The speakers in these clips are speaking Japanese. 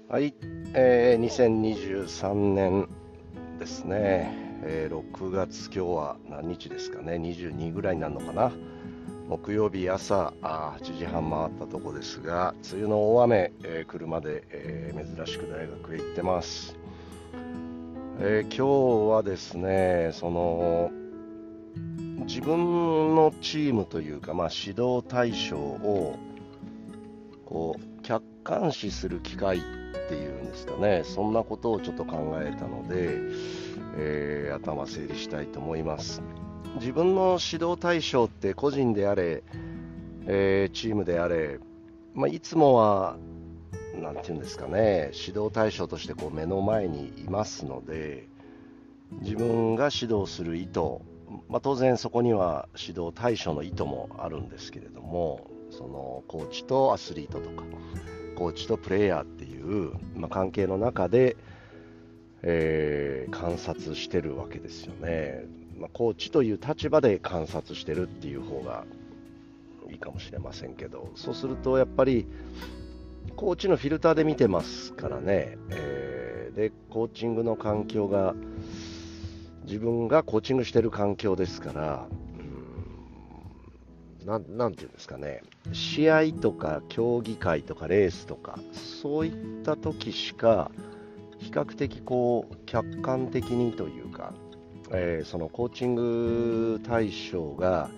はい、2023年ですね、6月、今日は何日ですかね、22ぐらいになるのかな。木曜日朝8時半回ったとこですが、梅雨の大雨、車で、珍しく大学へ行ってます。今日はですね、自分のチームというか、指導対象を客観視する機会っていうんですかね、そんなことをちょっと考えたので、頭整理したいと思います。自分の指導対象って個人であれ、チームであれ、いつもはなんていうんですかね、指導対象として目の前にいますので、自分が指導する意図、当然そこには指導対象の意図もあるんですけれども、そのコーチとアスリートとかコーチとプレイヤーっていう、関係の中で、観察してるわけですよね。コーチという立場で観察してるっていう方がいいかもしれませんけど、そうするとやっぱりコーチのフィルターで見てますからね、でコーチングの環境が自分がコーチングしてる環境ですから、なんていうんですかね、試合とか競技会とかレースとかそういった時しか比較的客観的にというか、そのコーチング対象が、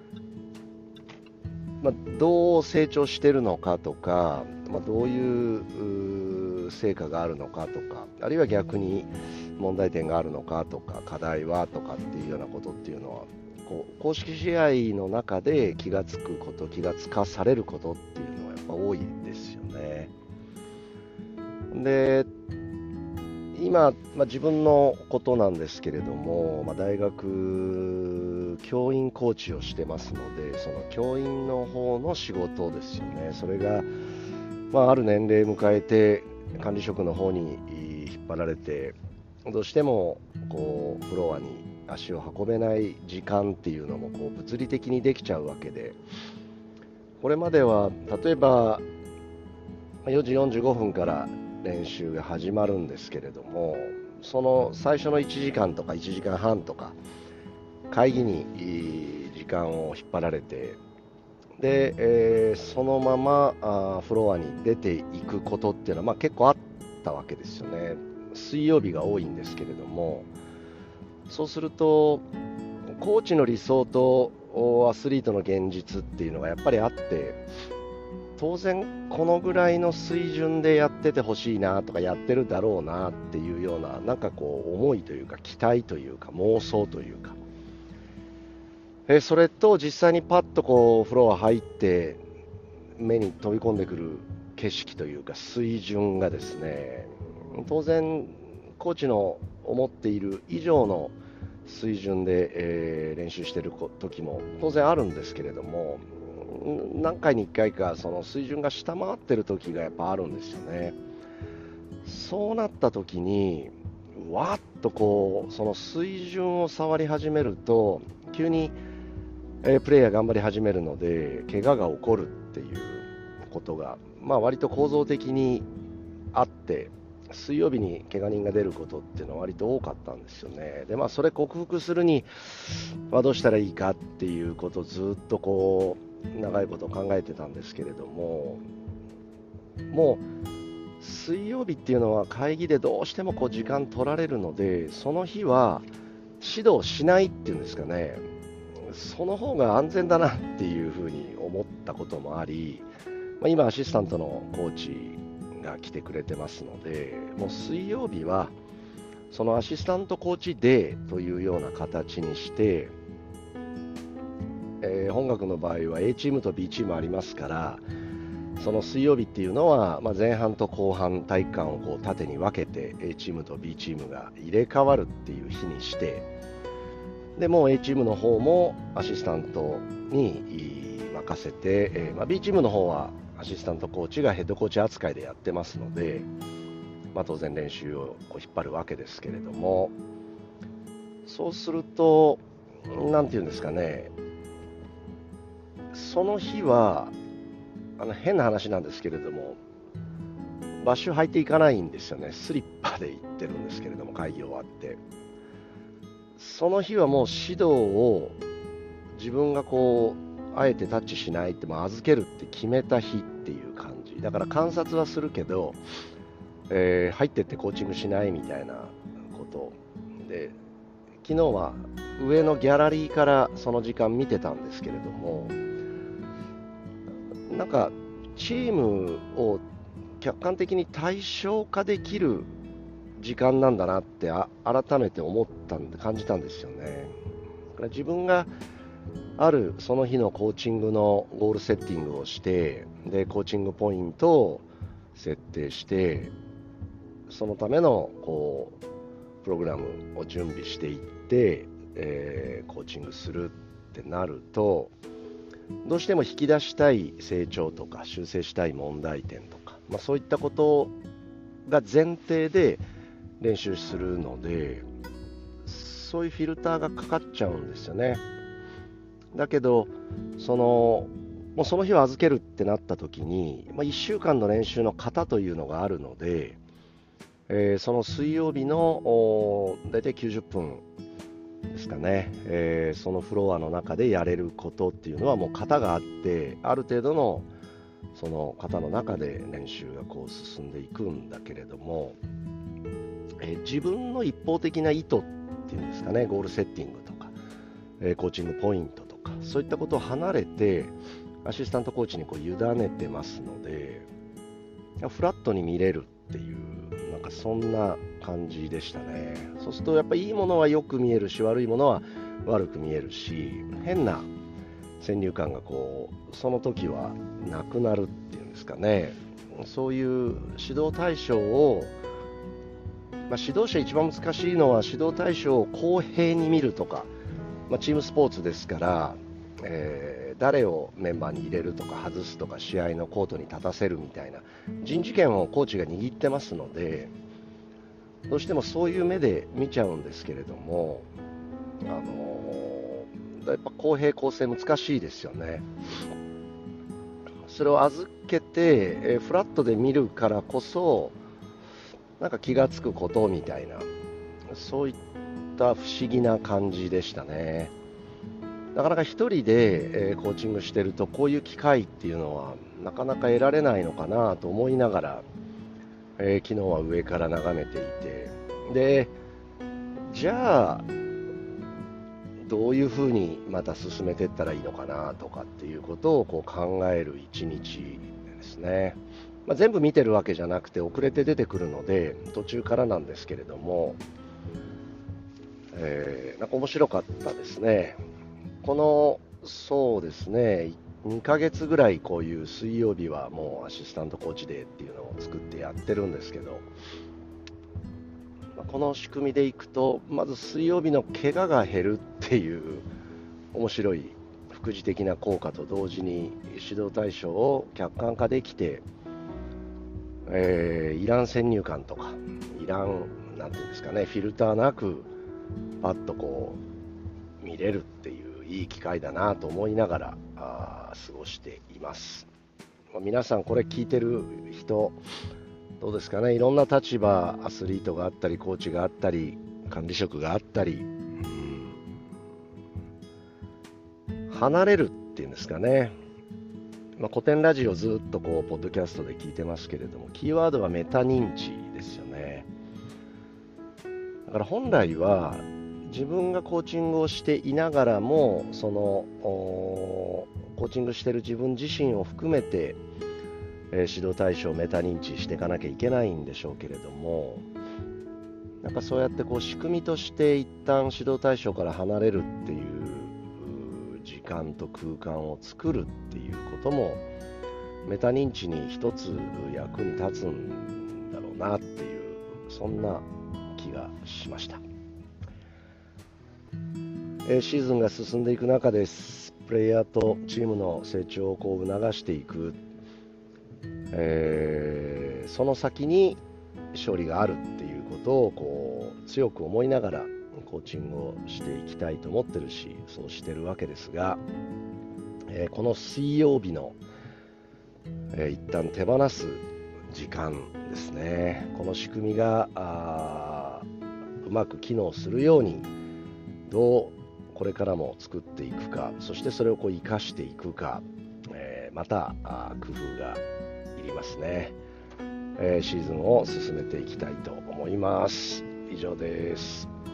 どう成長してるのかとか、どういう成果があるのかとか、あるいは逆に問題点があるのかとか、課題はとかっていうようなことっていうのは、公式試合の中で気がつくこと、気がつかされることっていうのはやっぱ多いですよね。で、今、自分のことなんですけれども、大学教員コーチをしてますので、その教員の方の仕事ですよね。それが、ある年齢迎えて管理職の方に引っ張られて、どうしてもフロアに足を運べない時間っていうのも物理的にできちゃうわけで、これまでは例えば4時45分から練習が始まるんですけれども、その最初の1時間とか1時間半とか会議に時間を引っ張られて、で、そのままフロアに出ていくことっていうのは、結構あったわけですよね。水曜日が多いんですけれども、そうするとコーチの理想とアスリートの現実っていうのがやっぱりあって、当然このぐらいの水準でやっててほしいなとか、やってるだろうなっていうような、思いというか期待というか妄想というか、それと実際にパッとフロア入って目に飛び込んでくる景色というか水準がですね、当然コーチの思っている以上の水準で、練習している時も当然あるんですけれども、何回に1回かその水準が下回ってる時がやっぱあるんですよね。そうなった時にわっとその水準を触り始めると急に、プレイヤー頑張り始めるので怪我が起こるっていうことが、割と構造的にあって、水曜日に怪我人が出ることっていうのは割と多かったんですよね。で、それ克服するにはどうしたらいいかっていうことをずっと長いこと考えてたんですけれども、もう水曜日っていうのは会議でどうしても時間取られるので、その日は指導しないっていうんですかね、その方が安全だなっていうふうに思ったこともあり、今アシスタントのコーチが来てくれてますので、もう水曜日はそのアシスタントコーチデーというような形にして、本学の場合は A チームと B チームありますから、その水曜日っていうのは、前半と後半体育館を縦に分けて A チームと B チームが入れ替わるっていう日にして、でもう A チームの方もアシスタントに任せて、B チームの方はアシスタントコーチがヘッドコーチ扱いでやってますので、当然練習を引っ張るわけですけれども、そうすると何て言うんですかね、その日は変な話なんですけれども、 バッシュ履いていかないんですよね。スリッパで行ってるんですけれども、会議終わって。その日はもう指導を自分がこう、あえてタッチしないって、預けるって決めた日っていう感じ。だから観察はするけど、入ってってコーチングしないみたいなことで、昨日は上のギャラリーからその時間見てたんですけれども、なんかチームを客観的に対象化できる時間なんだなって改めて感じたんですよね。だから自分があるその日のコーチングのゴールセッティングをして、でコーチングポイントを設定して、そのためのプログラムを準備していって、コーチングするってなると、どうしても引き出したい成長とか修正したい問題点とか、そういったことが前提で練習するので、そういうフィルターがかかっちゃうんですよね。だけどもうその日を預けるってなった時に、1週間の練習の型というのがあるので、その水曜日のだいたい90分ですかね、そのフロアの中でやれることっていうのはもう型があって、ある程度のその型の中で練習が進んでいくんだけれども、自分の一方的な意図っていうんですかね、ゴールセッティングとか、コーチングポイントとか、そういったことを離れてアシスタントコーチに委ねてますので、フラットに見れるっていう、なんかそんな感じでしたね。そうするとやっぱりいいものはよく見えるし、悪いものは悪く見えるし、変な先入観がその時はなくなるっていうんですかね。そういう指導対象を、指導者一番難しいのは指導対象を公平に見るとか、チームスポーツですから、誰をメンバーに入れるとか外すとか、試合のコートに立たせるみたいな人事権をコーチが握ってますので、どうしてもそういう目で見ちゃうんですけれども、やっぱ公平公正難しいですよね。それを預けて、フラットで見るからこそなんか気がつくことみたいな、そういった不思議な感じでしたね。なかなか一人で、コーチングしてるとこういう機会っていうのはなかなか得られないのかなと思いながら、昨日は上から眺めていて、でじゃあどういうふうにまた進めていったらいいのかなとかっていうことを考える一日ですね。全部見てるわけじゃなくて遅れて出てくるので途中からなんですけれども、なんか面白かったですね。そうですね、2ヶ月ぐらいこういう水曜日はもうアシスタントコーチデーっていうのを作ってやってるんですけど、この仕組みでいくと、まず水曜日の怪我が減るっていう面白い副次的な効果と同時に指導対象を客観化できて、いらん先入観とかいらんなんていうんですかね、フィルターなくパッと見れるっていういい機会だなと思いながら過ごしています。皆さんこれ聞いてる人どうですかね。いろんな立場、アスリートがあったりコーチがあったり管理職があったり、離れるっていうんですかね。古典ラジオずっとポッドキャストで聞いてますけれども、キーワードはメタ認知ですよね。だから本来は自分がコーチングをしていながらも、そのコーチングしている自分自身を含めて、指導対象をメタ認知していかなきゃいけないんでしょうけれども、なんかそうやって仕組みとして一旦指導対象から離れるっていう時間と空間を作るっていうこともメタ認知に一つ役に立つんだろうなっていう、そんな気がしました。シーズンが進んでいく中でプレイヤーとチームの成長を促していく、その先に勝利があるっていうことを強く思いながらコーチングをしていきたいと思ってるし、そうしてるわけですが、この水曜日の、一旦手放す時間ですね。この仕組みがうまく機能するようにどうこれからも作っていくか、そしてそれを生かしていくか、また工夫がいりますね。シーズンを進めていきたいと思います。以上です。